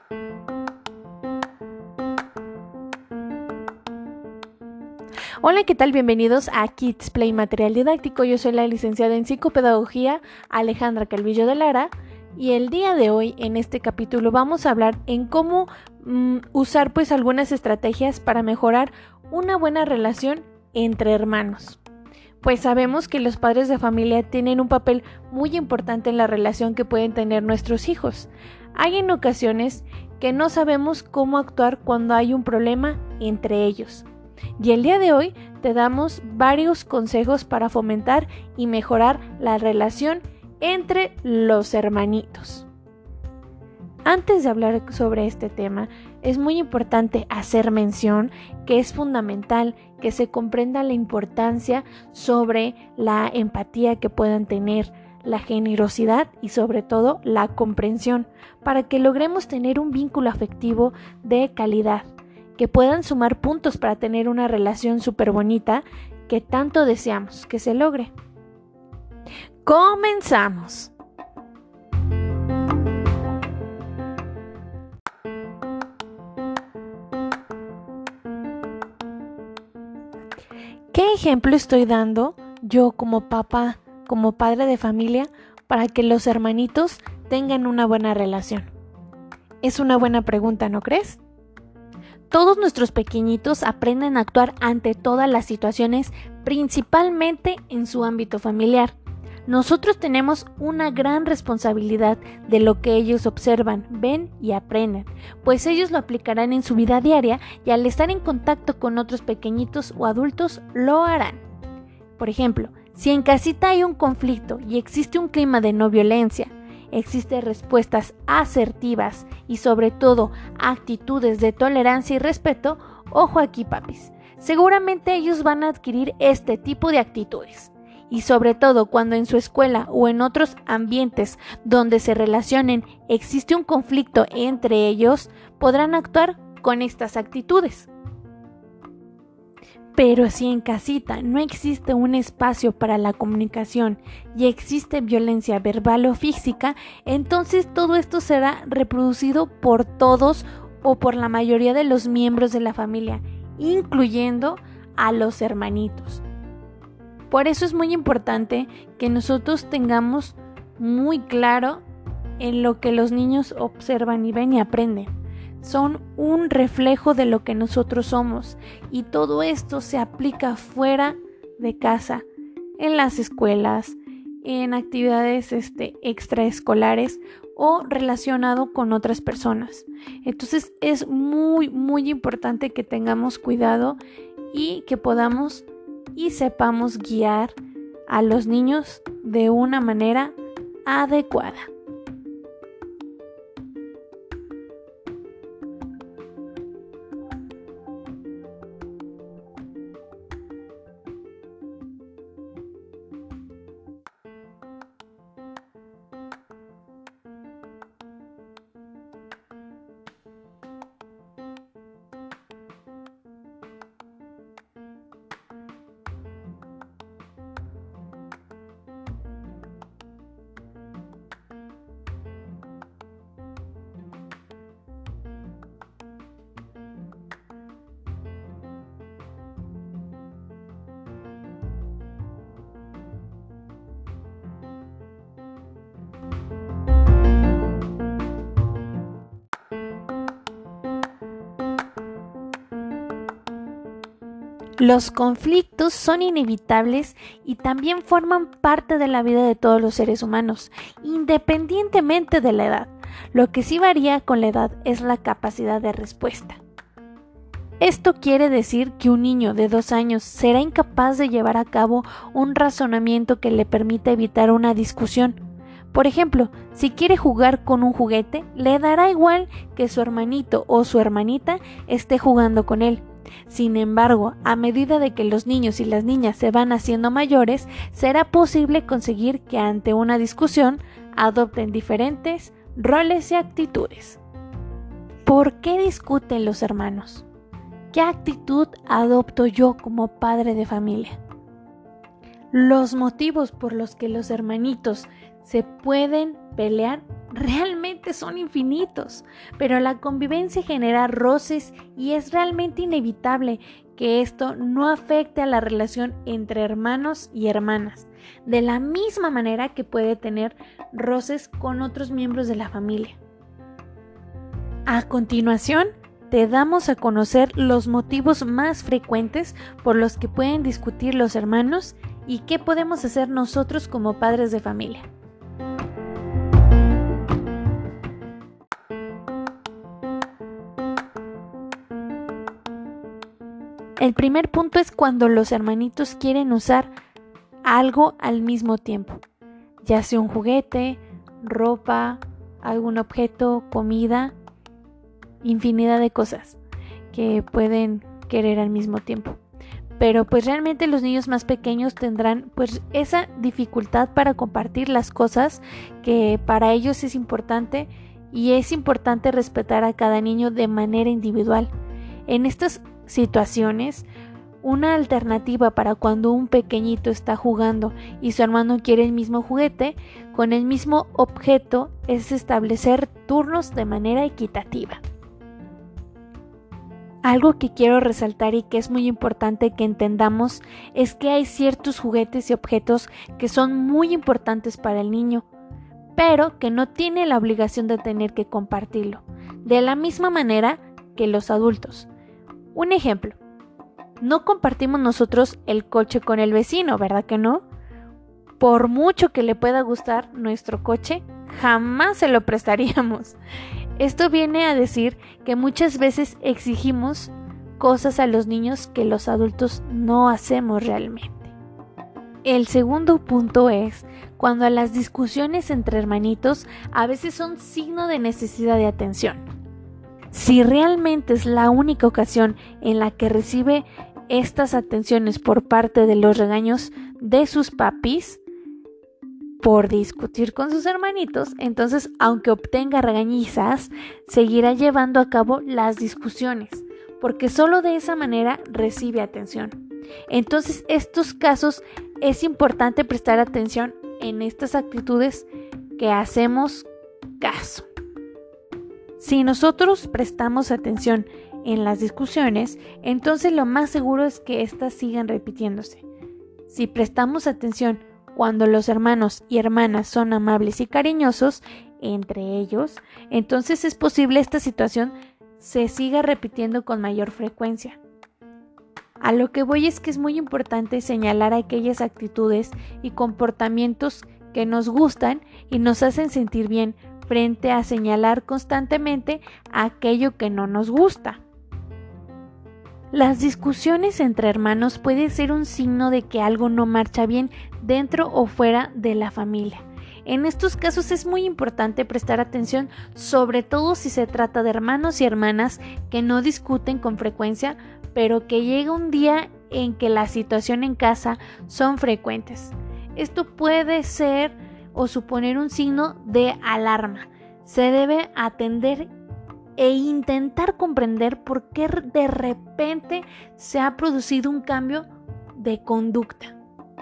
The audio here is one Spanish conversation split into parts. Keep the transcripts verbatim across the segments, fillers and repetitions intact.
Hola, ¿qué tal? Bienvenidos a Kids Play Material Didáctico. Yo soy la licenciada en Psicopedagogía Alejandra Calvillo de Lara y el día de hoy en este capítulo vamos a hablar en cómo mm, usar pues algunas estrategias para mejorar una buena relación entre hermanos. Pues sabemos que los padres de familia tienen un papel muy importante en la relación que pueden tener nuestros hijos. Hay en ocasiones que no sabemos cómo actuar cuando hay un problema entre ellos. Y el día de hoy te damos varios consejos para fomentar y mejorar la relación entre los hermanitos. Antes de hablar sobre este tema, es muy importante hacer mención que es fundamental que se comprenda la importancia sobre la empatía que puedan tener, la generosidad y sobre todo la comprensión, para que logremos tener un vínculo afectivo de calidad, que puedan sumar puntos para tener una relación súper bonita que tanto deseamos que se logre. ¡Comenzamos! ¿Qué ejemplo estoy dando yo como papá, como padre de familia, para que los hermanitos tengan una buena relación? Es una buena pregunta, ¿no crees? Todos nuestros pequeñitos aprenden a actuar ante todas las situaciones, principalmente en su ámbito familiar. Nosotros tenemos una gran responsabilidad de lo que ellos observan, ven y aprenden, pues ellos lo aplicarán en su vida diaria y al estar en contacto con otros pequeñitos o adultos lo harán. Por ejemplo, si en casita hay un conflicto y existe un clima de no violencia, existen respuestas asertivas y sobre todo actitudes de tolerancia y respeto, ojo aquí papis, seguramente ellos van a adquirir este tipo de actitudes. Y sobre todo cuando en su escuela o en otros ambientes donde se relacionen existe un conflicto entre ellos, podrán actuar con estas actitudes. Pero si en casita no existe un espacio para la comunicación y existe violencia verbal o física, entonces todo esto será reproducido por todos o por la mayoría de los miembros de la familia, incluyendo a los hermanitos. Por eso es muy importante que nosotros tengamos muy claro en lo que los niños observan y ven y aprenden. Son un reflejo de lo que nosotros somos y todo esto se aplica fuera de casa, en las escuelas, en actividades este, extraescolares o relacionado con otras personas. Entonces es muy muy importante que tengamos cuidado y que podamos y sepamos guiar a los niños de una manera adecuada. Los conflictos son inevitables y también forman parte de la vida de todos los seres humanos, independientemente de la edad. Lo que sí varía con la edad es la capacidad de respuesta. Esto quiere decir que un niño de dos años será incapaz de llevar a cabo un razonamiento que le permita evitar una discusión. Por ejemplo, si quiere jugar con un juguete, le dará igual que su hermanito o su hermanita esté jugando con él. Sin embargo, a medida de que los niños y las niñas se van haciendo mayores, será posible conseguir que ante una discusión adopten diferentes roles y actitudes. ¿Por qué discuten los hermanos? ¿Qué actitud adopto yo como padre de familia? Los motivos por los que los hermanitos se pueden pelear realmente son infinitos, pero la convivencia genera roces y es realmente inevitable que esto no afecte a la relación entre hermanos y hermanas, de la misma manera que puede tener roces con otros miembros de la familia. A continuación, te damos a conocer los motivos más frecuentes por los que pueden discutir los hermanos y qué podemos hacer nosotros como padres de familia. El primer punto es cuando los hermanitos quieren usar algo al mismo tiempo, ya sea un juguete, ropa, algún objeto, comida, infinidad de cosas que pueden querer al mismo tiempo. Pero pues realmente los niños más pequeños tendrán pues esa dificultad para compartir las cosas que para ellos es importante, y es importante respetar a cada niño de manera individual. En estas situaciones, una alternativa para cuando un pequeñito está jugando y su hermano quiere el mismo juguete con el mismo objeto es establecer turnos de manera equitativa. Algo que quiero resaltar y que es muy importante que entendamos es que hay ciertos juguetes y objetos que son muy importantes para el niño, pero que no tiene la obligación de tener que compartirlo, de la misma manera que los adultos. Un ejemplo, no compartimos nosotros el coche con el vecino, ¿verdad que no? Por mucho que le pueda gustar nuestro coche, jamás se lo prestaríamos. Esto viene a decir que muchas veces exigimos cosas a los niños que los adultos no hacemos realmente. El segundo punto es cuando las discusiones entre hermanitos a veces son signo de necesidad de atención. Si realmente es la única ocasión en la que recibe estas atenciones por parte de los regaños de sus papis por discutir con sus hermanitos, entonces aunque obtenga regañizas, seguirá llevando a cabo las discusiones, porque solo de esa manera recibe atención. Entonces, estos casos es importante prestar atención en estas actitudes que hacemos caso. Si nosotros prestamos atención en las discusiones, entonces lo más seguro es que éstas sigan repitiéndose. Si prestamos atención cuando los hermanos y hermanas son amables y cariñosos entre ellos, entonces es posible esta situación se siga repitiendo con mayor frecuencia. A lo que voy es que es muy importante señalar aquellas actitudes y comportamientos que nos gustan y nos hacen sentir bien, frente a señalar constantemente aquello que no nos gusta. Las discusiones entre hermanos pueden ser un signo de que algo no marcha bien dentro o fuera de la familia. En estos casos es muy importante prestar atención, sobre todo si se trata de hermanos y hermanas que no discuten con frecuencia, pero que llega un día en que la situación en casa son frecuentes. Esto puede ser o suponer un signo de alarma. Se debe atender e intentar comprender por qué de repente se ha producido un cambio de conducta.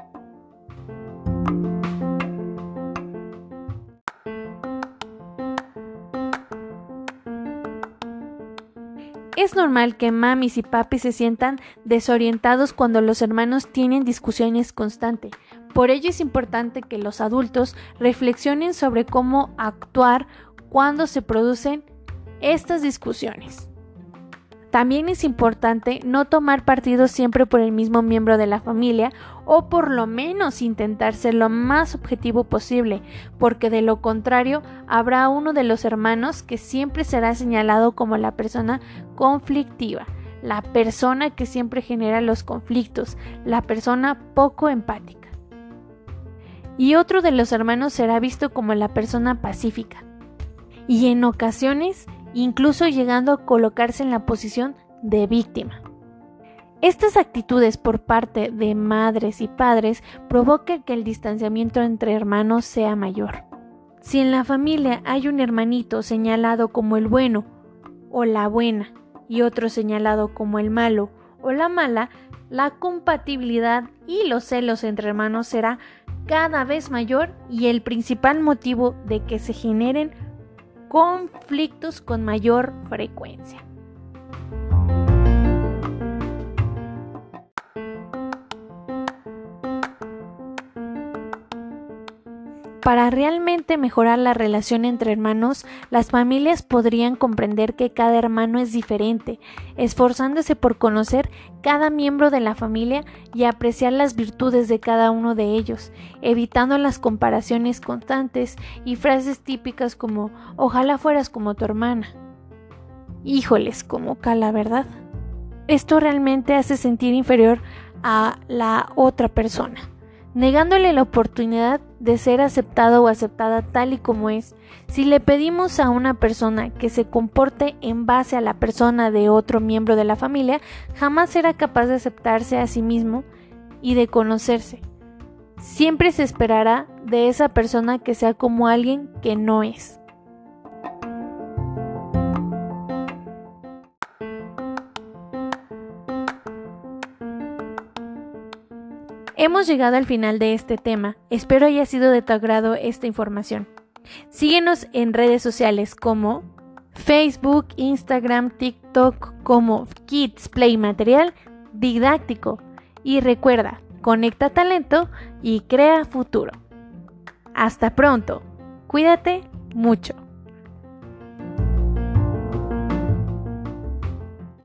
Es normal que mamis y papis se sientan desorientados cuando los hermanos tienen discusiones constantes. Por ello es importante que los adultos reflexionen sobre cómo actuar cuando se producen estas discusiones. También es importante no tomar partido siempre por el mismo miembro de la familia, o por lo menos intentar ser lo más objetivo posible, porque de lo contrario habrá uno de los hermanos que siempre será señalado como la persona conflictiva, la persona que siempre genera los conflictos, la persona poco empática. Y otro de los hermanos será visto como la persona pacífica, y en ocasiones incluso llegando a colocarse en la posición de víctima. Estas actitudes por parte de madres y padres provocan que el distanciamiento entre hermanos sea mayor. Si en la familia hay un hermanito señalado como el bueno o la buena y otro señalado como el malo o la mala, la compatibilidad y los celos entre hermanos será cada vez mayor y el principal motivo de que se generen conflictos con mayor frecuencia. Para realmente mejorar la relación entre hermanos, las familias podrían comprender que cada hermano es diferente, esforzándose por conocer cada miembro de la familia y apreciar las virtudes de cada uno de ellos, evitando las comparaciones constantes y frases típicas como «ojalá fueras como tu hermana». Híjoles, como cala, ¿verdad? Esto realmente hace sentir inferior a la otra persona, negándole la oportunidad de ser aceptado o aceptada tal y como es. Si le pedimos a una persona que se comporte en base a la persona de otro miembro de la familia, jamás será capaz de aceptarse a sí mismo y de conocerse. Siempre se esperará de esa persona que sea como alguien que no es. Hemos llegado al final de este tema. Espero haya sido de tu agrado esta información. Síguenos en redes sociales como Facebook, Instagram, TikTok como Kids Play Material Didáctico. Y recuerda, conecta talento y crea futuro. Hasta pronto. Cuídate mucho.